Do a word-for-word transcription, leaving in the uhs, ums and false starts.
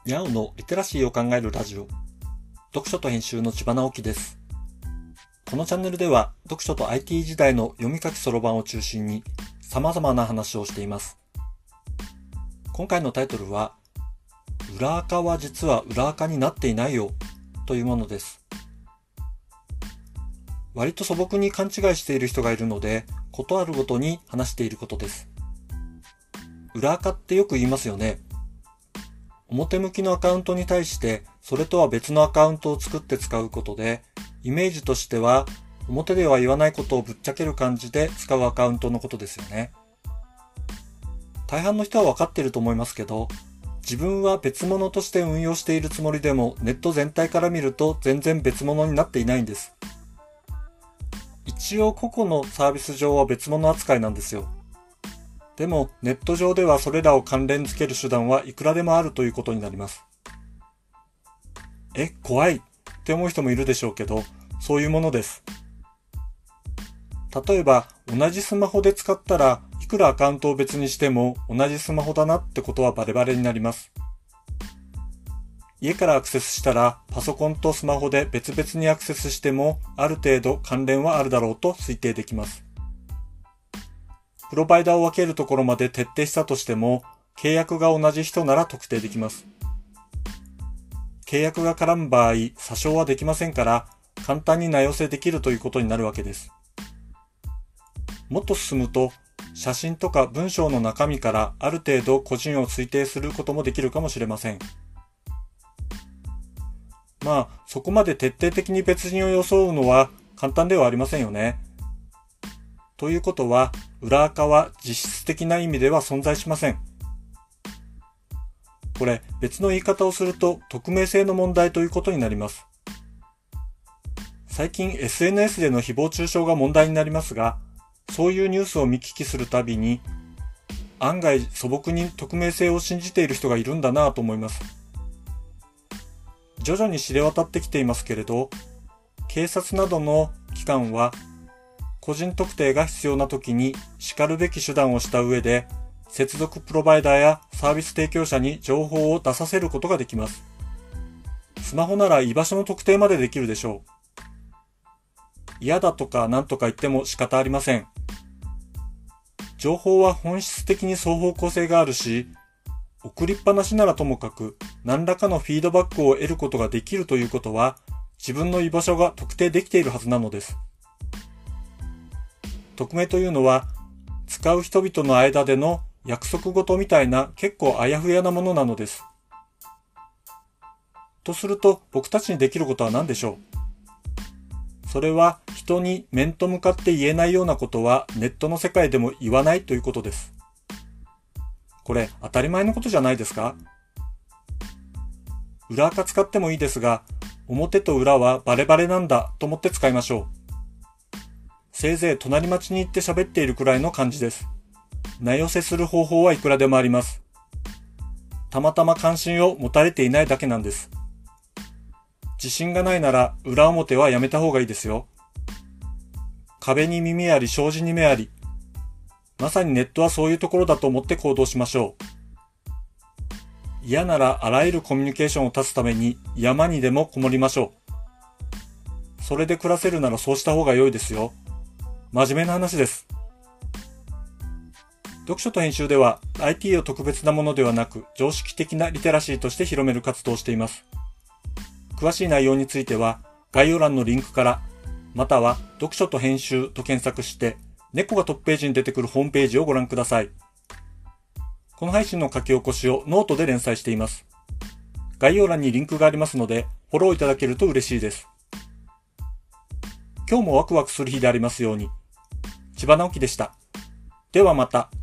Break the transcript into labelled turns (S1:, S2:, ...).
S1: にゃおのリテラシーを考えるラジオ、読書と編集の千葉直樹です。このチャンネルでは読書と アイティー 時代の読み書きそろばんを中心に様々な話をしています。今回のタイトルは、裏垢は実は裏垢になっていないよというものです。割と素朴に勘違いしている人がいるので、ことあるごとに話していることです。裏垢ってよく言いますよね。表向きのアカウントに対してそれとは別のアカウントを作って使うことで、イメージとしては表では言わないことをぶっちゃける感じで使うアカウントのことですよね。大半の人は分かっていると思いますけど、自分は別物として運用しているつもりでもネット全体から見ると全然別物になっていないんです。一応個々のサービス上は別物扱いなんですよ。でもネット上ではそれらを関連付ける手段はいくらでもあるということになります。え、怖いって思う人もいるでしょうけど、そういうものです。例えば同じスマホで使ったらいくらアカウントを別にしても同じスマホだなってことはバレバレになります。家からアクセスしたらパソコンとスマホで別々にアクセスしてもある程度関連はあるだろうと推定できます。プロバイダーを分けるところまで徹底したとしても契約が同じ人なら特定できます。契約が絡む場合、詐称はできませんから簡単に名寄せできるということになるわけです。もっと進むと写真とか文章の中身からある程度個人を推定することもできるかもしれません。まあそこまで徹底的に別人を装うのは簡単ではありませんよね。ということは裏垢は実質的な意味では存在しません。これ別の言い方をすると匿名性の問題ということになります。最近 エスエヌエス での誹謗中傷が問題になりますが、そういうニュースを見聞きするたびに案外素朴に匿名性を信じている人がいるんだなぁと思います。徐々に知れ渡ってきていますけれど、警察などの機関は個人特定が必要な時にしかるべき手段をした上で接続プロバイダーやサービス提供者に情報を出させることができます。スマホなら居場所の特定までできるでしょう。嫌だとか何とか言っても仕方ありません。情報は本質的に双方向性があるし、送りっぱなしならともかく何らかのフィードバックを得ることができるということは自分の居場所が特定できているはずなのです。匿名というのは使う人々の間での約束事みたいな結構あやふやなものなのです。とすると僕たちにできることは何でしょう。それは人に面と向かって言えないようなことはネットの世界でも言わないということです。これ当たり前のことじゃないですか？裏垢使ってもいいですが、表と裏はバレバレなんだと思って使いましょう。せいぜい隣町に行って喋っているくらいの感じです。名寄せする方法はいくらでもあります。たまたま関心を持たれていないだけなんです。自信がないなら裏表はやめた方がいいですよ。壁に耳あり障子に目あり。まさにネットはそういうところだと思って行動しましょう。嫌ならあらゆるコミュニケーションを断つために山にでもこもりましょう。それで暮らせるならそうした方が良いですよ。真面目な話です。読書と編集では アイティー を特別なものではなく常識的なリテラシーとして広める活動をしています。詳しい内容については概要欄のリンクからまたは読書と編集と検索して猫がトップページに出てくるホームページをご覧ください。この配信の書き起こしをノートで連載しています。概要欄にリンクがありますのでフォローいただけると嬉しいです。今日もワクワクする日でありますように。千葉直樹でした。ではまた。